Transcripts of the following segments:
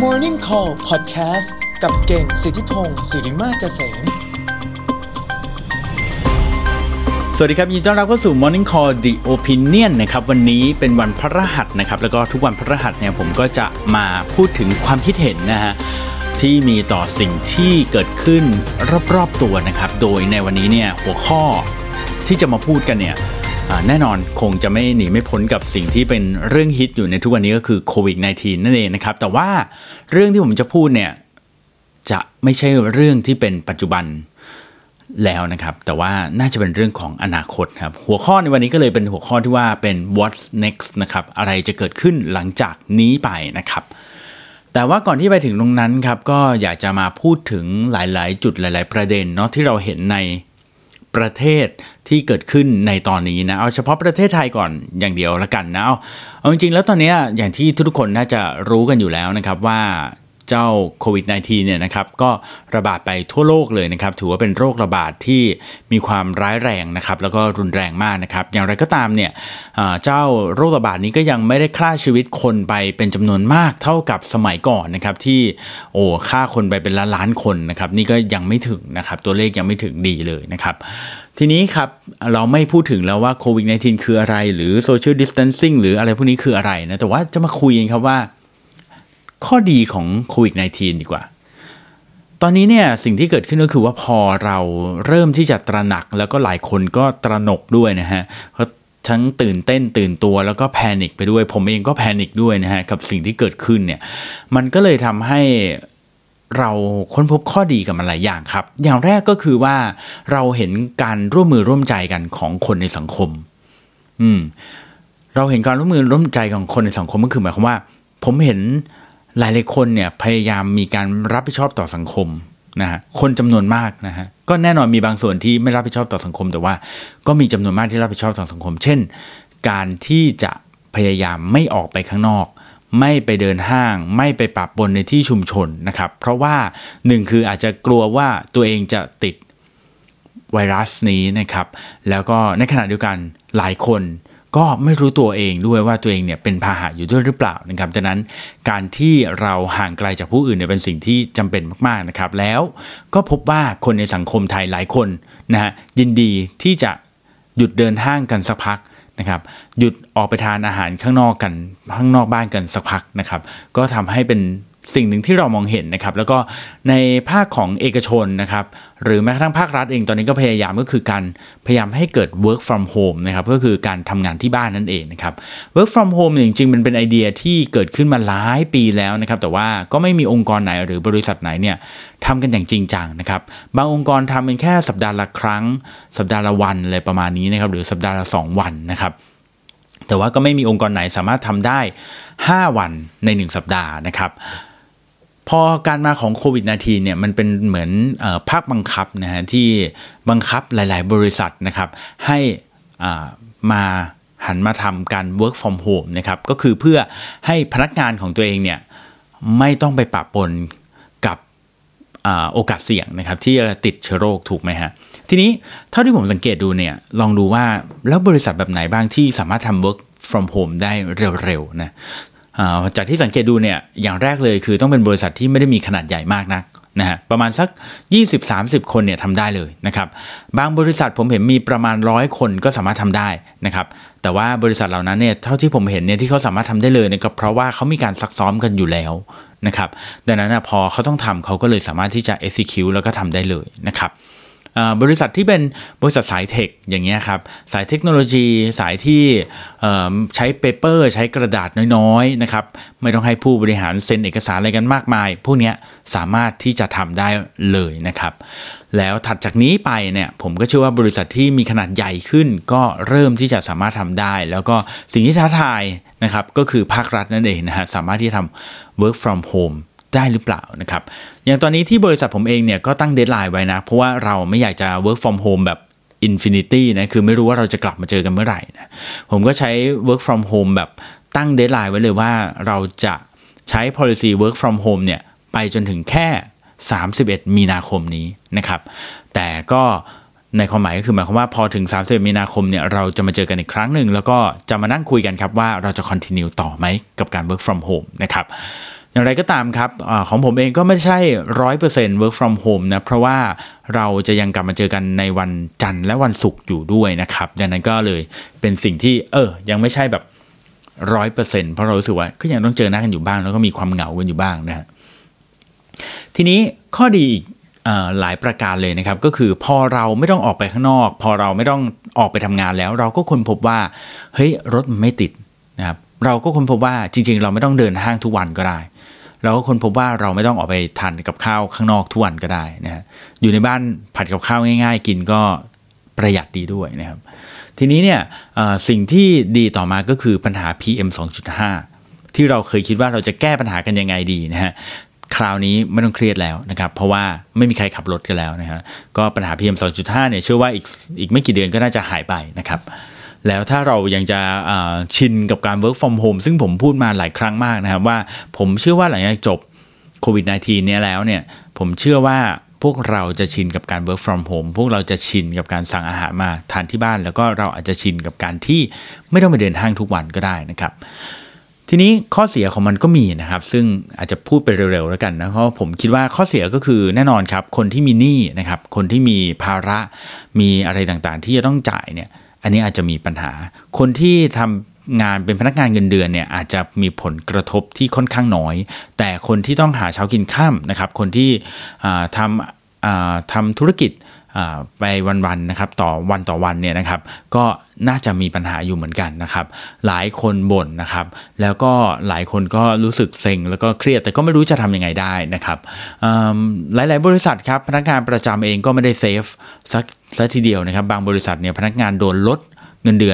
Morning Call Podcast กับเก่งสิทธิพงศ์สิริมาเกษมสวัสดีครับยินดีต้อนรับเข้าสู่ Morning Call The Opinion นะครับวันนี้เป็นวันพฤหัสนะครับแล้วก็ทุกวันพฤหัสเนี่ยผมก็จะมาพูดถึงความคิดเห็นนะฮะที่มีต่อสิ่งที่เกิดขึ้นรอบๆตัวนะครับโดยในวันนี้เนี่ยหัวข้อที่จะมาพูดกันเนี่ยแน่นอนคงจะไม่หนีไม่พ้นกับสิ่งที่เป็นเรื่องฮิตอยู่ในทุกวันนี้ก็คือโควิด -19 นั่นเองนะครับแต่ว่าเรื่องที่ผมจะพูดเนี่ยจะไม่ใช่เรื่องที่เป็นปัจจุบันแล้วนะครับแต่ว่าน่าจะเป็นเรื่องของอนาคตครับหัวข้อในวันนี้ก็เลยเป็นหัวข้อที่ว่าเป็น what's next นะครับอะไรจะเกิดขึ้นหลังจากนี้ไปนะครับแต่ว่าก่อนที่ไปถึงตรงนั้นครับก็อยากจะมาพูดถึงหลายๆจุดหลายๆประเด็นเนาะที่เราเห็นในประเทศที่เกิดขึ้นในตอนนี้นะเอาเฉพาะประเทศไทยก่อนอย่างเดียวละกันนะเอาจริงๆแล้วตอนนี้อย่างที่ทุกคนน่าจะรู้กันอยู่แล้วนะครับว่าเจ้าโควิด -19 เนี่ยนะครับก็ระบาดไปทั่วโลกเลยนะครับถือว่าเป็นโรคระบาดที่มีความร้ายแรงนะครับแล้วก็รุนแรงมากนะครับอย่างไรก็ตามเนี่ยเจ้าโรคระบาดนี้ก็ยังไม่ได้ฆ่าชีวิตคนไปเป็นจำนวนมากเท่ากับสมัยก่อนนะครับที่ฆ่าคนไปเป็นล้านๆคนนะครับนี่ก็ยังไม่ถึงนะครับตัวเลขยังไม่ถึงดีเลยนะครับทีนี้ครับเราไม่พูดถึงแล้วว่าโควิด -19 คืออะไรหรือ social distancing หรืออะไรพวกนี้คืออะไรนะแต่ว่าจะมาคุยกันครับว่าข้อดีของโควิด -19 ดีกว่าตอนนี้เนี่ยสิ่งที่เกิดขึ้นก็คือว่าพอเราเริ่มที่จะตระหนักแล้วก็หลายคนก็ตระหนกด้วยนะฮะเพราะทั้งตื่นเต้นตื่นตัวแล้วก็แพนิคไปด้วยผมเองก็แพนิคด้วยนะฮะกับสิ่งที่เกิดขึ้นเนี่ยมันก็เลยทำให้เราค้นพบข้อดีกับมันหลายอย่างครับอย่างแรกก็คือว่าเราเห็นการร่วมมือร่วมใจกันของคนในสังคมเราเห็นการร่วมมือร่วมใจของคนในสังคมก็คือหมายความว่าผมเห็นหลายๆคนเนี่ยพยายามมีการรับผิดชอบต่อสังคมนะฮะคนจำนวนมากนะฮะก็แน่นอนมีบางส่วนที่ไม่รับผิดชอบต่อสังคมแต่ว่าก็มีจำนวนมากที่รับผิดชอบต่อสังคมเช่นการที่จะพยายามไม่ออกไปข้างนอกไม่ไปเดินห้างไม่ไปปะปนในที่ชุมชนนะครับเพราะว่าหนึ่งคืออาจจะกลัวว่าตัวเองจะติดไวรัสนี้นะครับแล้วก็ในขณะเดียวกันหลายคนก็ไม่รู้ตัวเองด้วยว่าตัวเองเนี่ยเป็นพาหะอยู่ด้วยหรือเปล่านะครับดังนั้นการที่เราห่างไกลจากผู้อื่นเนี่ยเป็นสิ่งที่จำเป็นมากๆนะครับแล้วก็พบว่าคนในสังคมไทยหลายคนนะฮะยินดีที่จะหยุดเดินห้างกันสักพักนะครับหยุดออกไปทานอาหารข้างนอกกันข้างนอกบ้านกันสักพักนะครับก็ทำให้เป็นสิ่งหนึ่งที่เรามองเห็นนะครับแล้วก็ในภาคของเอกชนนะครับหรือแม้กระทั่งภาครัฐเองตอนนี้ก็พยายามก็คือการพยายามให้เกิด work from home นะครับก็คือการทำงานที่บ้านนั่นเองนะครับ work from home จริงๆมันเป็นไอเดียที่เกิดขึ้นมาหลายปีแล้วนะครับแต่ว่าก็ไม่มีองค์กรไหนหรือบริษัทไหนเนี่ยทำกันอย่างจริงจังนะครับบางองค์กรทำเป็นแค่สัปดาห์ละครั้งสัปดาห์ละวันอะไรประมาณนี้นะครับหรือสัปดาห์ละ2วันนะครับแต่ว่าก็ไม่มีองค์กรไหนสามารถทำได้5วันใน1สัปดาห์นะครับพอการมาของโควิด -19 เนี่ยมันเป็นเหมือนภาคบังคับนะฮะที่บังคับหลายๆบริษัทนะครับให้มาหันมาทำการ work from home นะครับก็คือเพื่อให้พนักงานของตัวเองเนี่ยไม่ต้องไปปะปนกับโอกาสเสี่ยงนะครับที่จะติดเชื้อโรคถูกไหมฮะทีนี้เท่าที่ผมสังเกตดูเนี่ยลองดูว่าแล้วบริษัทแบบไหนบ้างที่สามารถทำ work from home ได้เร็วๆนะจากที่สังเกตดูเนี่ยอย่างแรกเลยคือต้องเป็นบริษัทที่ไม่ได้มีขนาดใหญ่มากนักนะฮะประมาณสัก 20-30 คนเนี่ยทำได้เลยนะครับบางบริษัทผมเห็นมีประมาณ100คนก็สามารถทำได้นะครับแต่ว่าบริษัทเหล่านั้นเนี่ยเท่าที่ผมเห็นเนี่ยที่เขาสามารถทำได้เลยเนี่ยก็เพราะว่าเขามีการซักซ้อมกันอยู่แล้วนะครับดังนั้นพอเขาต้องทำเขาก็เลยสามารถที่จะ execute แล้วก็ทำได้เลยนะครับบริษัทที่เป็นบริษัทสายเทคอย่างเงี้ยครับสายเทคโนโลยีสายที่ใช้เปเปอร์ใช้กระดาษน้อยๆนะครับไม่ต้องให้ผู้บริหารเซ็นเอกสารอะไรกันมากมายพวกเนี้ยสามารถที่จะทำได้เลยนะครับแล้วถัดจากนี้ไปเนี่ยผมก็เชื่อว่าบริษัทที่มีขนาดใหญ่ขึ้นก็เริ่มที่จะสามารถทำได้แล้วก็สิ่งที่ท้าทายนะครับก็คือภาครัฐนั่นเองนะฮะสามารถที่จะทำ work from homeได้หรือเปล่านะครับอย่างตอนนี้ที่บริษัทผมเองเนี่ยก็ตั้งเดดไลน์ไว้นะเพราะว่าเราไม่อยากจะ work from home แบบ infinity นะคือไม่รู้ว่าเราจะกลับมาเจอกันเมื่อไหร่นะผมก็ใช้ work from home แบบตั้งเดดไลน์ไว้เลยว่าเราจะใช้ policy work from home เนี่ยไปจนถึงแค่31มีนาคมนี้นะครับแต่ก็ในความหมายก็คือหมายความว่าพอถึง31มีนาคมเนี่ยเราจะมาเจอกันอีกครั้งหนึ่งแล้วก็จะมานั่งคุยกันครับว่าเราจะ continue ต่อไหมกับการ work from home นะครับอย่างไรก็ตามครับของผมเองก็ไม่ใช่ 100% work from home นะเพราะว่าเราจะยังกลับมาเจอกันในวันจันทร์และวันศุกร์อยู่ด้วยนะครับดังนั้นก็เลยเป็นสิ่งที่ยังไม่ใช่แบบ 100% เพราะเรารู้สึกว่าก็ยังต้องเจอหน้ากันอยู่บ้างแล้วก็มีความเหงากันอยู่บ้างนะฮะทีนี้ข้อดีอีกหลายประการเลยนะครับก็คือพอเราไม่ต้องออกไปข้างนอกพอเราไม่ต้องออกไปทำงานแล้วเราก็ค้นพบว่าเฮ้ยรถมันไม่ติดนะครับเราก็ค้นพบว่าจริงๆเราไม่ต้องเดินห้างทุกวันก็ได้เราก็ค้นพบว่าเราไม่ต้องออกไปทานกับข้าวข้างนอกทุกวันก็ได้นะฮะอยู่ในบ้านผัดกับข้าวง่ายๆกินก็ประหยัดดีด้วยนะครับทีนี้เนี่ยสิ่งที่ดีต่อมาก็คือปัญหา PM 2.5 ที่เราเคยคิดว่าเราจะแก้ปัญหากันยังไงดีนะฮะคราวนี้ไม่ต้องเครียดแล้วนะครับเพราะว่าไม่มีใครขับรถกันแล้วนะฮะก็ปัญหา PM 2.5 เนี่ยเชื่อว่าอีกไม่กี่เดือนก็น่าจะหายไปนะครับแล้วถ้าเรายังจะชินกับการ work from home ซึ่งผมพูดมาหลายครั้งมากนะครับว่าผมเชื่อว่าหลังจากจบโควิด -19 เนี่ยแล้วเนี่ยผมเชื่อว่าพวกเราจะชินกับการ work from home พวกเราจะชินกับการสั่งอาหารมาทานที่บ้านแล้วก็เราอาจจะชินกับการที่ไม่ต้องไปเดินห้างทุกวันก็ได้นะครับทีนี้ข้อเสียของมันก็มีนะครับซึ่งอาจจะพูดไปเร็วๆแล้วกันนะเพราะผมคิดว่าข้อเสียก็คือแน่นอนครับคนที่มีหนี้นะครับคนที่มีภาระมีอะไรต่างๆที่จะต้องจ่ายเนี่ยอันนี้อาจจะมีปัญหาคนที่ทำงานเป็นพนักงานเงินเดือนเนี่ยอาจจะมีผลกระทบที่ค่อนข้างน้อยแต่คนที่ต้องหาเช้ากินค่ำนะครับคนที่ทำธุรกิจไปวันๆนะครับต่อวันเนี่ยนะครับก็น่าจะมีปัญหาอยู่เหมือนกันนะครับหลายคนบ่นนะครับแล้วก็หลายคนก็รู้สึกเซ็งแล้วก็เครียดแต่ก็ไม่รู้จะทำยังไงได้นะครับหลายๆบริษัทครับพนักงานประจำเองก็ไม่ได้เซฟสักทีเดียวนะครับบางบริษัทเนี่ยพนักงานโดนลดเงินเดือน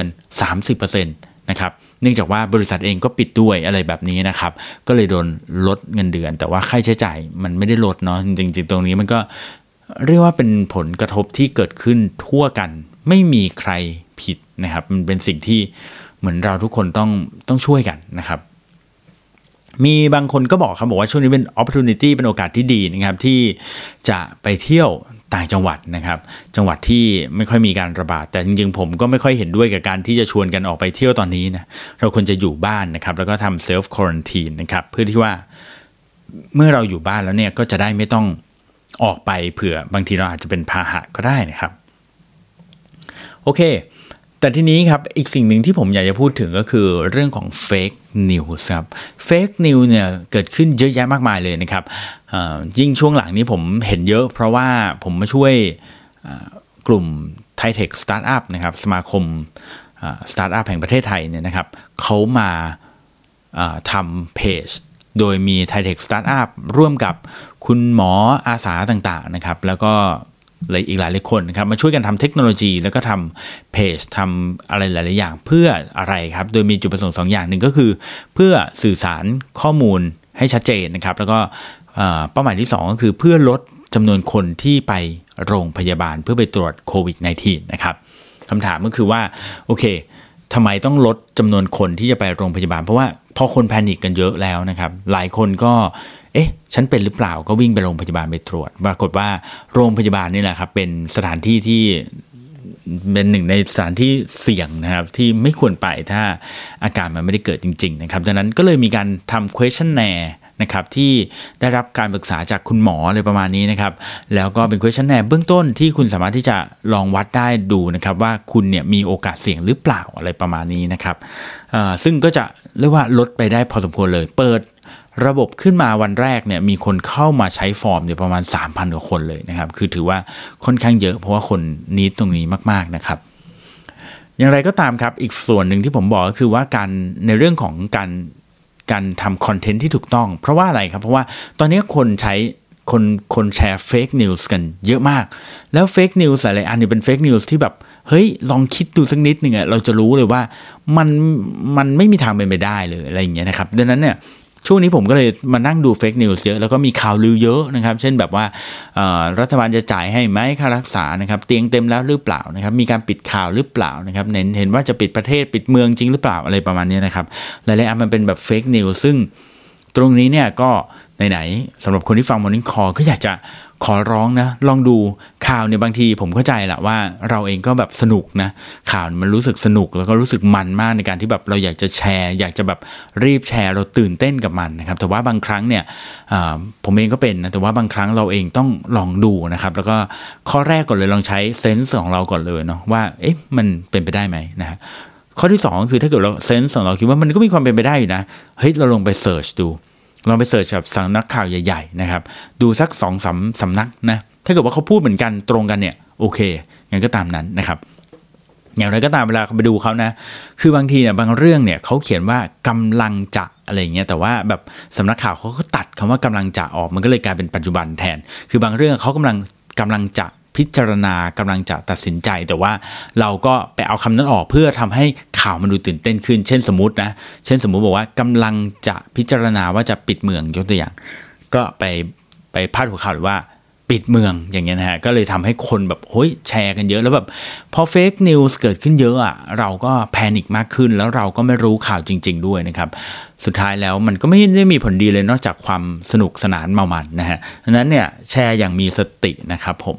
30% นะครับเนื่องจากว่าบริษัทเองก็ปิดด้วยอะไรแบบนี้นะครับก็เลยโดนลดเงินเดือนแต่ว่าค่าใช้จ่ายมันไม่ได้ลดเนาะจริงๆตรงนี้มันก็เรียกว่าเป็นผลกระทบที่เกิดขึ้นทั่วกันไม่มีใครผิดนะครับมันเป็นสิ่งที่เหมือนเราทุกคนต้องช่วยกันนะครับมีบางคนก็บอกว่าช่วงนี้เป็น opportunity เป็นโอกาสที่ดีนะครับที่จะไปเที่ยวต่างจังหวัดนะครับจังหวัดที่ไม่ค่อยมีการระบาดแต่จริงๆผมก็ไม่ค่อยเห็นด้วยกับการที่จะชวนกันออกไปเที่ยวตอนนี้นะเราควรจะอยู่บ้านนะครับแล้วก็ทำ self quarantine นะครับเพื่อที่ว่าเมื่อเราอยู่บ้านแล้วเนี่ยก็จะได้ไม่ต้องออกไปเผื่อบางทีเราอาจจะเป็นพาหะก็ได้นะครับโอเคแต่ทีนี้ครับอีกสิ่งหนึ่งที่ผมอยากจะพูดถึงก็คือเรื่องของ fake news ครับ fake news เนี่ยเกิดขึ้นเยอะแยะมากมายเลยนะครับยิ่งช่วงหลังนี้ผมเห็นเยอะเพราะว่าผมมาช่วยกลุ่ม Thai Tech Startup นะครับสมาคมStartup แห่งประเทศไทยเนี่ยนะครับเขามาทำเพจโดยมี Thai Tech Startup ร่วมกับคุณหมออาสาต่างๆนะครับแล้วก็อีกหลายคนนะครับมาช่วยกันทำเทคโนโลยีแล้วก็ทำเพจทำอะไรหลายๆอย่างเพื่ออะไรครับโดยมีจุดประสงค์2อย่างหนึ่งก็คือเพื่อสื่อสารข้อมูลให้ชัดเจนนะครับแล้วก็เป้าหมายที่2ก็คือเพื่อลดจำนวนคนที่ไปโรงพยาบาลเพื่อไปตรวจโควิด -19 นะครับคำถามก็คือว่าโอเคทำไมต้องลดจำนวนคนที่จะไปโรงพยาบาลเพราะว่าพอคนแพนิคกันเยอะแล้วนะครับหลายคนก็ฉันเป็นหรือเปล่าก็วิ่งไปโรงพยาบาลไปตรวจปรากฏว่าโรงพยาบาลนี่แหละครับเป็นสถานที่ที่เป็นหนึ่งในสถานที่เสี่ยงนะครับที่ไม่ควรไปถ้าอาการมันไม่ได้เกิดจริงๆนะครับดังนั้นก็เลยมีการทำ questionnaire นะครับที่ได้รับการปรึกษาจากคุณหมออะไรประมาณนี้นะครับแล้วก็เป็น questionnaire เบื้องต้นที่คุณสามารถที่จะลองวัดได้ดูนะครับว่าคุณเนี่ยมีโอกาสเสี่ยงหรือเปล่าอะไรประมาณนี้นะครับซึ่งก็จะเรียกว่าลดไปได้พอสมควรเลยเปิดระบบขึ้นมาวันแรกเนี่ยมีคนเข้ามาใช้ฟอร์มเนี่ยประมาณ 3,000 กว่าคนเลยนะครับคือถือว่าค่อนข้างเยอะเพราะว่าคนนิดตรงนี้มากๆนะครับอย่างไรก็ตามครับอีกส่วนหนึ่งที่ผมบอกก็คือว่าการในเรื่องของการทำคอนเทนต์ที่ถูกต้องเพราะว่าอะไรครับเพราะว่าตอนนี้คนแชร์เฟกนิวส์กันเยอะมากแล้วเฟกนิวส์หลายอันนี่เป็นเฟกนิวส์ที่แบบเฮ้ยลองคิดดูสักนิดนึงเราจะรู้เลยว่ามันไม่มีทางเป็นไปได้เลยอะไรอย่างเงี้ยนะครับดังนั้นเนี่ยช่วงนี้ผมก็เลยมานั่งดูเฟกนิวส์เยอะแล้วก็มีข่าวลือเยอะนะครับเช่นแบบว่ารัฐบาลจะจ่ายให้ไหมค่ารักษานะครับเตียงเต็มแล้วหรือเปล่านะครับมีการปิดข่าวหรือเปล่านะครับเห็นว่าจะปิดประเทศปิดเมืองจริงหรือเปล่าอะไรประมาณนี้นะครับหลายๆอันมันเป็นแบบเฟกนิวส์ซึ่งตรงนี้เนี่ยก็ไหนๆสำหรับคนที่ฟัง Morning Call ก็อยากจะขอร้องนะลองดูข่าวเนี่ยบางทีผมเข้าใจแหละว่าเราเองก็แบบสนุกนะข่าวมันรู้สึกสนุกแล้วก็รู้สึกมันมากในการที่แบบเราอยากจะแชร์อยากจะแบบรีบแชร์เราตื่นเต้นกับมันนะครับแต่ว่าบางครั้งเนี่ยผมเองก็เป็นนะแต่ว่าบางครั้งเราเองต้องลองดูนะครับแล้วก็ข้อแรกก่อนเลยลองใช้เซนส์ของเราก่อนเลยเนาะว่าเอ๊ะมันเป็นไปได้ไหมนะฮะข้อที่2ก็คือถ้าเกิดเราเซนส์ของเราคิดว่ามันก็มีความเป็นไปได้อยู่นะเฮ้ยเราลงไปเสิร์ชดูลองไปเสิร์ชกับสำนักข่าวใหญ่ๆนะครับดูสัก 2-3 สำนักนะถ้าเกิดว่าเขาพูดเหมือนกันตรงกันเนี่ยโอเคงั้นก็ตามนั้นนะครับอย่างไรก็ตามเวลาไปดูเขานะคือบางทีเนี่ยบางเรื่องเนี่ยเขาเขียนว่ากำลังจะอะไรเงี้ยแต่ว่าแบบสำนักข่าวเขาก็ตัดคำว่ากำลังจะออกมันก็เลยกลายเป็นปัจจุบันแทนคือบางเรื่องเขากำลังจะพิจารณากำลังจะตัดสินใจแต่ว่าเราก็ไปเอาคำนั้นออกเพื่อทำให้ข่าวมันดูตื่นเต้นขึ้นเช่นสมมติบอกว่ากำลังจะพิจารณาว่าจะปิดเมืองยกตัวอย่างก็ไปพาดหัวข่าวหรือว่าปิดเมืองอย่างเงี้ยนะฮะก็เลยทำให้คนแบบเฮ้ยแชร์กันเยอะแล้วแบบพอเฟกนิวส์เกิดขึ้นเยอะอ่ะเราก็แพนิคมากขึ้นแล้วเราก็ไม่รู้ข่าวจริงๆด้วยนะครับสุดท้ายแล้วมันก็ไม่ได้มีผลดีเลยนอกจากความสนุกสนานเมามันนะฮะดังนั้นเนี่ยแชร์อย่างมีสตินะครับผม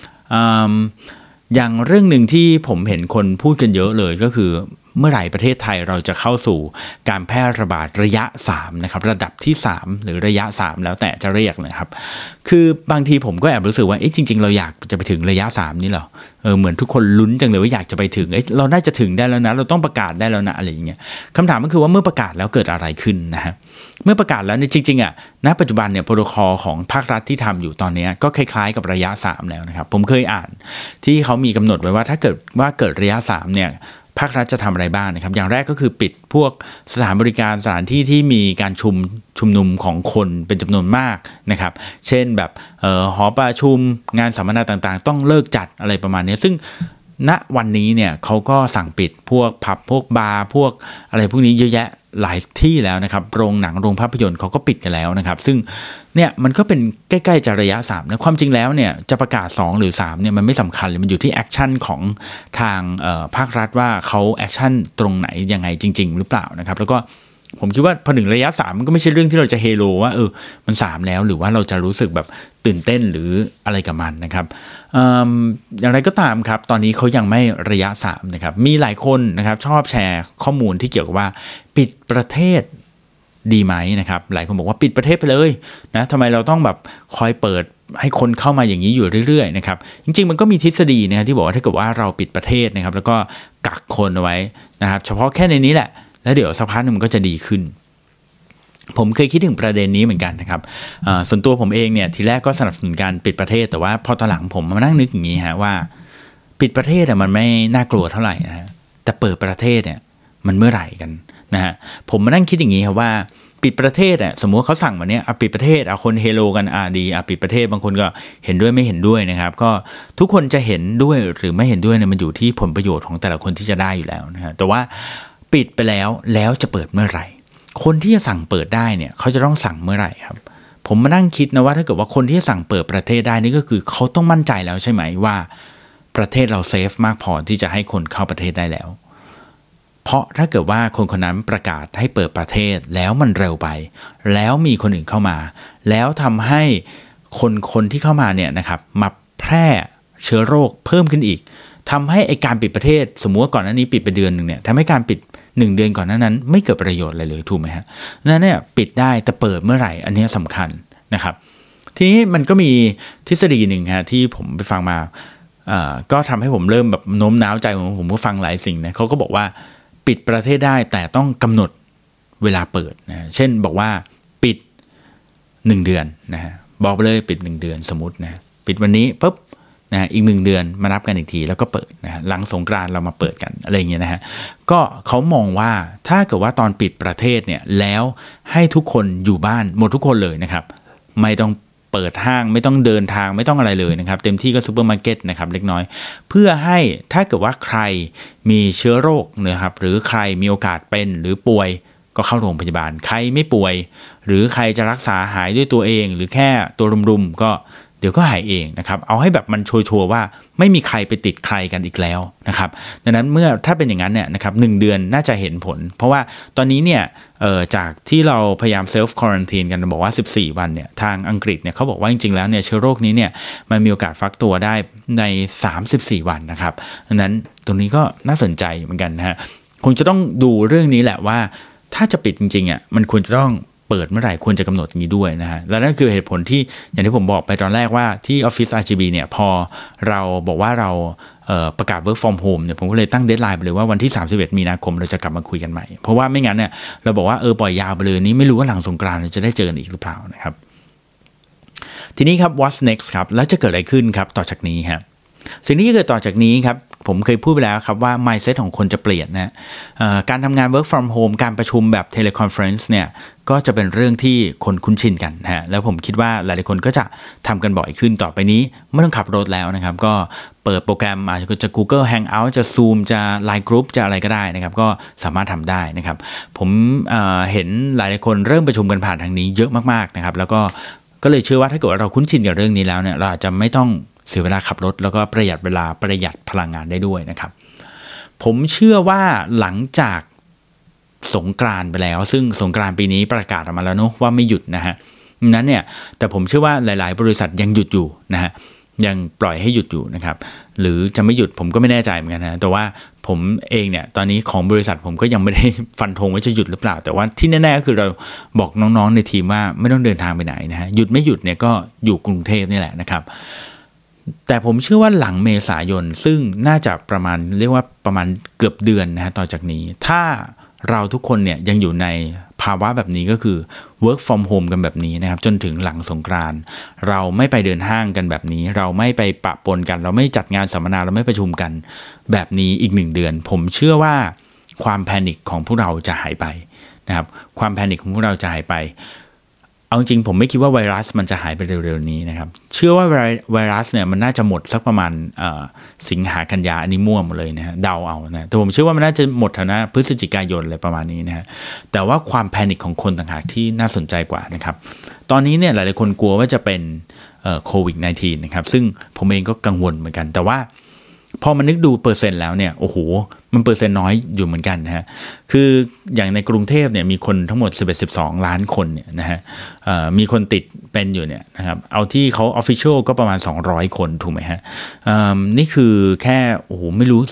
อย่างเรื่องหนึ่งที่ผมเห็นคนพูดกันเยอะเลยก็คือเมื่อไหร่ประเทศไทยเราจะเข้าสู่การแพร่ระบาดระยะ3นะครับระดับที่3หรือระยะ3แล้วแต่จะเรียกนะครับคือบางทีผมก็แอบรู้สึกว่าจริงๆเราอยากจะไปถึงระยะ3นี่เหรอเหมือนทุกคนลุ้นจังเลยว่าอยากจะไปถึงเราน่าจะถึงได้แล้วนะเราต้องประกาศได้แล้วนะอะไรอย่างเงี้ยคำถามก็คือว่าเมื่อประกาศแล้วเกิดอะไรขึ้นนะฮะเมื่อประกาศแล้วเนี่ยจริงๆณปัจจุบันเนี่ยโปรโตคอลของภาครัฐที่ทำอยู่ตอนนี้ก็คล้ายๆกับระยะ3แล้วนะครับผมเคยอ่านที่เขามีกำหนดไว้ว่าถ้าเกิดระยะ3เนี่ยภาครัฐจะทำอะไรบ้างนะครับอย่างแรกก็คือปิดพวกสถานบริการสถานที่ที่มีการชุมนุมของคนเป็นจำนวนมากนะครับเช่นแบบหอประชุมงานสัมมนาต่างๆต้องเลิกจัดอะไรประมาณนี้ซึ่งณวันนี้เนี่ยเขาก็สั่งปิดพวกผับพวกบาร์พวกอะไรพวกนี้เยอะแยะหลายที่แล้วนะครับโรงหนังโรงภาพยนตร์เขาก็ปิดกันแล้วนะครับซึ่งเนี่ยมันก็เป็นใกล้ๆจะระยะ3นะความจริงแล้วเนี่ยจะประกาศ2หรือ3เนี่ยมันไม่สำคัญเลยมันอยู่ที่แอคชั่นของทางภาครัฐว่าเขาแอคชั่นตรงไหนยังไงจริงๆหรือเปล่านะครับแล้วก็ผมคิดว่าพอถึงระยะ3มันก็ไม่ใช่เรื่องที่เราจะเฮโลว่ามัน3แล้วหรือว่าเราจะรู้สึกแบบตื่นเต้นหรืออะไรกับมันนะครับอย่างไรก็ตามครับตอนนี้เขายังไม่ระยะ3นะครับมีหลายคนนะครับชอบแชร์ข้อมูลที่เกี่ยวกับว่าปิดประเทศดีไหมนะครับหลายคนบอกว่าปิดประเทศไปเลยนะทำไมเราต้องแบบคอยเปิดให้คนเข้ามาอย่างนี้อยู่เรื่อยๆนะครับจริงๆมันก็มีทฤษฎีนะที่บอกว่าถ้าเกิดว่าเราปิดประเทศนะครับแล้วก็กักคนเอาไว้นะครับเฉพาะแค่ในนี้แหละแล้วเดี๋ยวสักพักนึงมันก็จะดีขึ้นผมเคยคิดถึงประเด็นนี้เหมือนกันนะครับส่วนตัวผมเองเนี่ยทีแรกก็สนับสนุนการปิดประเทศแต่ว่าพอตอนหลังผมมานั่งนึกอย่างนี้ฮะว่าปิดประเทศมันไม่น่ากลัวเท่าไหร่นะฮะแต่เปิดประเทศเนี่ยมันเมื่อไหร่กันนะฮะผมมานั่งคิดอย่างนี้ครับว่าปิดประเทศสมมุติเขาสั่งมาเนี่ยปิดประเทศคนเฮโลกันดีปิดประเทศบางคนก็เห็นด้วยไม่เห็นด้วยนะครับก็ทุกคนจะเห็นด้วยหรือไม่เห็นด้วยเนี่ยมันอยู่ที่ผลประโยชน์ของแต่ละคนที่จะได้อยู่แล้วนะฮะแต่ว่าปิดไปแล้วจะเปิดเมื่อไหร่คนที่จะสั่งเปิดได้เนี่ยเขาจะต้องสั่งเมื่อไหร่ครับผมมานั่งคิดนะว่าถ้าเกิดว่าคนที่จะสั่งเปิดประเทศได้นี่ก็คือเขาต้องมั่นใจแล้วใช่ไหมว่าประเทศเราเซฟมากพอที่จะให้คนเข้าประเทศได้แล้วเพราะถ้าเกิดว่าคนคนนั้นประกาศให้เปิดประเทศแล้วมันเร็วไปแล้วมีคนอื่นเข้ามาแล้วทำให้คนที่เข้ามาเนี่ยนะครับมาแพร่เชื้อโรคเพิ่มขึ้นอีกทำให้ไอการปิดประเทศสมมุติว่าก่อนหน้านี้ปิดไปเดือนนึงเนี่ยทำให้การปิด1เดือนก่อนหน้านั้นไม่เกิดประโยชน์อะไรเลยถูกไหมฮะนั่นเนี่ยปิดได้แต่เปิดเมื่อไหร่อันนี้สำคัญนะครับทีนี้มันก็มีทฤษฎีหนึ่งฮะที่ผมไปฟังมาก็ทำให้ผมเริ่มแบบโน้มน้าวใจผมก็ฟังหลายสิ่งนะเขาก็บอกว่าปิดประเทศได้แต่ต้องกำหนดเวลาเปิดนะเช่นบอกว่าปิด1เดือนนะฮะบอกไปเลยปิด1เดือนสมมุตินะปิดวันนี้ปุ๊บนะอีก1เดือนมานับกันอีกทีแล้วก็เปิดนะหลังสงกรานต์เรามาเปิดกันอะไรอย่างเงี้ยนะฮะก็เขามองว่าถ้าเกิดว่าตอนปิดประเทศเนี่ยแล้วให้ทุกคนอยู่บ้านหมดทุกคนเลยนะครับไม่ต้องเปิดห้างไม่ต้องเดินทางไม่ต้องอะไรเลยนะครับเต็มที่ก็ซูเปอร์มาร์เก็ตนะครับเล็กน้อยเพื่อให้ถ้าเกิดว่าใครมีเชื้อโรคนะครับหรือใครมีโอกาสเป็นหรือป่วยก็เข้าโรงพยาบาลใครไม่ป่วยหรือใครจะรักษาหายด้วยตัวเองหรือแค่ตัวรุมๆก็ดี๋ยวก็หายเองนะครับเอาให้แบบมันชัวร์ๆว่าไม่มีใครไปติดใครกันอีกแล้วนะครับดังนั้นเมื่อถ้าเป็นอย่างนั้นเนี่ยนะครับ1เดือนน่าจะเห็นผลเพราะว่าตอนนี้เนี่ยจากที่เราพยายามเซลฟ์ควอรันทีนกันบอกว่า14วันเนี่ยทางอังกฤษเนี่ยเขาบอกว่าจริงๆแล้วเนี่ยเชื้อโรคนี้เนี่ยมันมีโอกาสฟักตัวได้ใน34วันนะครับดังนั้นตรงนี้ก็น่าสนใจเหมือนกันนะฮะคงจะต้องดูเรื่องนี้แหละว่าถ้าจะปิดจริงๆอ่ะมันควรจะต้องเปิดเมื่อไหร่ควรจะกำหนดอย่างนี้ด้วยนะฮะและนั่นคือเหตุผลที่อย่างที่ผมบอกไปตอนแรกว่าที่ Office RGB เนี่ยพอเราบอกว่าเราประกาศ work from home เนี่ยผมก็เลยตั้งเดดไลน์ไปเลยว่าวันที่31มีนาคมเราจะกลับมาคุยกันใหม่เพราะว่าไม่งั้นเนี่ยเราบอกว่าปล่อยยาวไปเลยนี้ไม่รู้ว่าหลังสงกรานต์เราจะได้เจอกันอีกหรือเปล่านะครับทีนี้ครับ what's next ครับแล้วจะเกิดอะไรขึ้นครับต่อจากนี้ครับสิ่งที่จะเกิดต่อจากนี้ครับผมเคยพูดไปแล้วครับว่า mindset ของคนจะเปลี่ยนนะการทำงาน work from home การประชุมแบบ teleconference เนี่ยก็จะเป็นเรื่องที่คนคุ้นชินกันนะฮะแล้วผมคิดว่าหลายๆคนก็จะทำกันบ่อยขึ้นต่อไปนี้ไม่ต้องขับรถแล้วนะครับก็เปิดโปรแกรมอาจจะ Google Hangout จะ Zoom จะ Line Group จะอะไรก็ได้นะครับก็สามารถทำได้นะครับผมเห็นหลายๆคนเริ่มประชุมกันผ่านทางนี้เยอะมากๆนะครับแล้วก็เลยเชื่อว่าถ้าเกิดเราคุ้นชินกับเรื่องนี้แล้วเนี่ยเราอาจจะไม่ต้องเสียเวลาขับรถแล้วก็ประหยัดเวลาประหยัดพลังงานได้ด้วยนะครับผมเชื่อว่าหลังจากสงกรานต์ไปแล้วซึ่งสงกรานต์ปีนี้ประกาศออกมาแล้วเนอะว่าไม่หยุดนะฮะนั้นเนี่ยแต่ผมเชื่อว่าหลายๆบริษัทยังหยุดอยู่นะฮะยังปล่อยให้หยุดอยู่นะครับหรือจะไม่หยุดผมก็ไม่แน่ใจเหมือนกันนะแต่ว่าผมเองเนี่ยตอนนี้ของบริษัทผมก็ยังไม่ได้ฟันธงว่าจะหยุดหรือเปล่าแต่ว่าที่แน่ๆก็คือเราบอกน้องๆในทีมว่าไม่ต้องเดินทางไปไหนนะฮะหยุดไม่หยุดเนี่ยก็อยู่กรุงเทพนี่แหละนะครับแต่ผมเชื่อว่าหลังเมษายนซึ่งน่าจะประมาณเรียกว่าประมาณเกือบเดือนนะฮะต่อจากนี้ถ้าเราทุกคนเนี่ยยังอยู่ในภาวะแบบนี้ก็คือ work from home กันแบบนี้นะครับจนถึงหลังสงกรานต์เราไม่ไปเดินห้างกันแบบนี้เราไม่ไปปะปนกันเราไม่จัดงานสัมมนาเราไม่ประชุมกันแบบนี้อีก1เดือนผมเชื่อว่าความแพนิคของพวกเราจะหายไปนะครับความแพนิคของพวกเราจะหายไปเอาจริงผมไม่คิดว่าไวรัสมันจะหายไปเร็วๆนี้นะครับเชื่อว่าไวรัสเนี่ยมันน่าจะหมดสักประมาณสิงหากันยาอันนี้มั่วหมดเลยนะฮะเดาเอานะแต่ผมเชื่อว่ามันน่าจะหมดนะพฤศจิกายนอะไรประมาณนี้นะฮะแต่ว่าความแพนิคของคนต่างหากที่น่าสนใจกว่านะครับตอนนี้เนี่ยหลายๆคนกลัวว่าจะเป็นโควิด -19 นะครับซึ่งผมเองก็กังวลเหมือนกันแต่ว่าพอมันนึกดูเปอร์เซ็นต์แล้วเนี่ยโอ้โหมันเปอร์เซ็นต์น้อยอยู่เหมือนกันนะฮะคืออย่างในกรุงเทพเนี่ยมีคนทั้งหมด11-12 ล้านคนเนี่ยนะฮะมีคนติดเป็นอยู่เนี่ยนะครับเอาที่เขา official ก็ประมาณ200คนถูกไหมฮะนี่คือแค่โอ้โหไม่รู้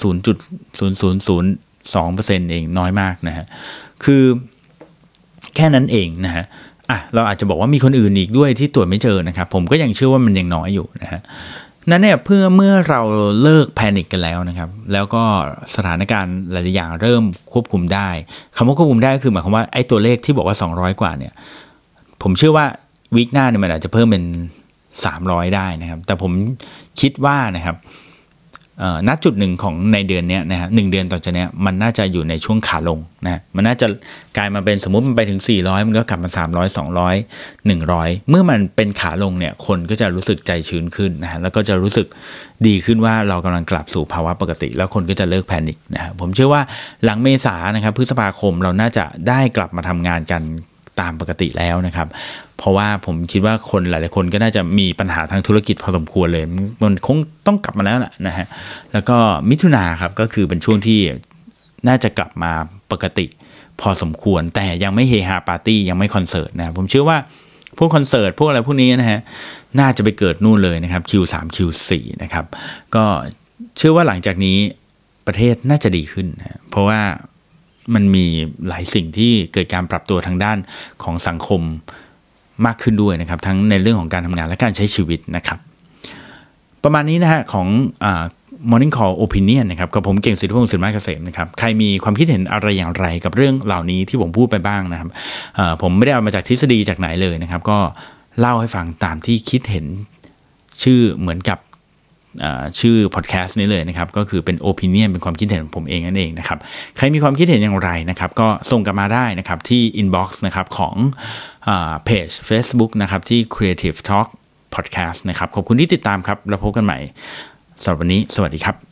0.0002% เองน้อยมากนะฮะคือแค่นั้นเองนะฮะเราอาจจะบอกว่ามีคนอื่นอีกด้วยที่ตรวจไม่เจอนะครับผมก็ยังเชื่อว่ามันยังน้อยอยู่นะฮะนั้นเนี่ยเมื่อเราเลิกแพนิคกันแล้วนะครับแล้วก็สถานการณ์หลายๆอย่างเริ่มควบคุมได้คำว่าควบคุมได้คือหมายความว่าไอ้ตัวเลขที่บอกว่า200กว่าเนี่ยผมเชื่อว่าวีคหน้าเนี่ยมันอาจจะเพิ่มเป็น300ได้นะครับแต่ผมคิดว่านะครับณจุดหนึ่งของในเดือนนี้นะฮะ1เดือนต่อจากนี้มันน่าจะอยู่ในช่วงขาลงนะมันน่าจะกลายมาเป็นสมมุติมันไปถึง400มันก็กลับมา300 200 100เมื่อมันเป็นขาลงเนี่ยคนก็จะรู้สึกใจชื้นขึ้นนะฮะแล้วก็จะรู้สึกดีขึ้นว่าเรากำลังกลับสู่ภาวะปกติแล้วคนก็จะเลิกแพนิคนะฮะผมเชื่อว่าหลังเมษายนนะครับพฤษภาคมเราน่าจะได้กลับมาทำงานกันตามปกติแล้วนะครับเพราะว่าผมคิดว่าคนหลายๆคนก็น่าจะมีปัญหาทางธุรกิจพอสมควรเลยมันคงต้องกลับมาแล้วแหละนะฮะแล้วก็มิถุนาครับก็คือเป็นช่วงที่น่าจะกลับมาปกติพอสมควรแต่ยังไม่เฮฮาปาร์ตี้ยังไม่คอนเสิร์ตนะผมเชื่อว่าพวกคอนเสิร์ตพวกอะไรพวกนี้นะฮะน่าจะไปเกิดนู่นเลยนะครับ Q3 Q4 นะครับก็เชื่อว่าหลังจากนี้ประเทศน่าจะดีขึ้นนะเพราะว่ามันมีหลายสิ่งที่เกิดการปรับตัวทางด้านของสังคมมากขึ้นด้วยนะครับทั้งในเรื่องของการทำงานและการใช้ชีวิตนะครับประมาณนี้นะฮะของMorning Call Opinion นะครับกับผมเก่งสิทธิพงศ์สินไม้เกษมนะครับใครมีความคิดเห็นอะไรอย่างไรกับเรื่องเหล่านี้ที่ผมพูดไปบ้างนะครับผมไม่ได้เอามาจากทฤษฎีจากไหนเลยนะครับก็เล่าให้ฟังตามที่คิดเห็นชื่อเหมือนกับชื่อพอดแคสต์นี้เลยนะครับก็คือเป็น opinion เป็นความคิดเห็นของผมเองนั่นเองนะครับใครมีความคิดเห็นอย่างไรนะครับก็ส่งกันมาได้นะครับที่ inbox นะครับของเพจ Facebook นะครับที่ Creative Talk Podcast นะครับขอบคุณที่ติดตามครับแล้วพบกันใหม่สำหรับวันนี้สวัสดีครับ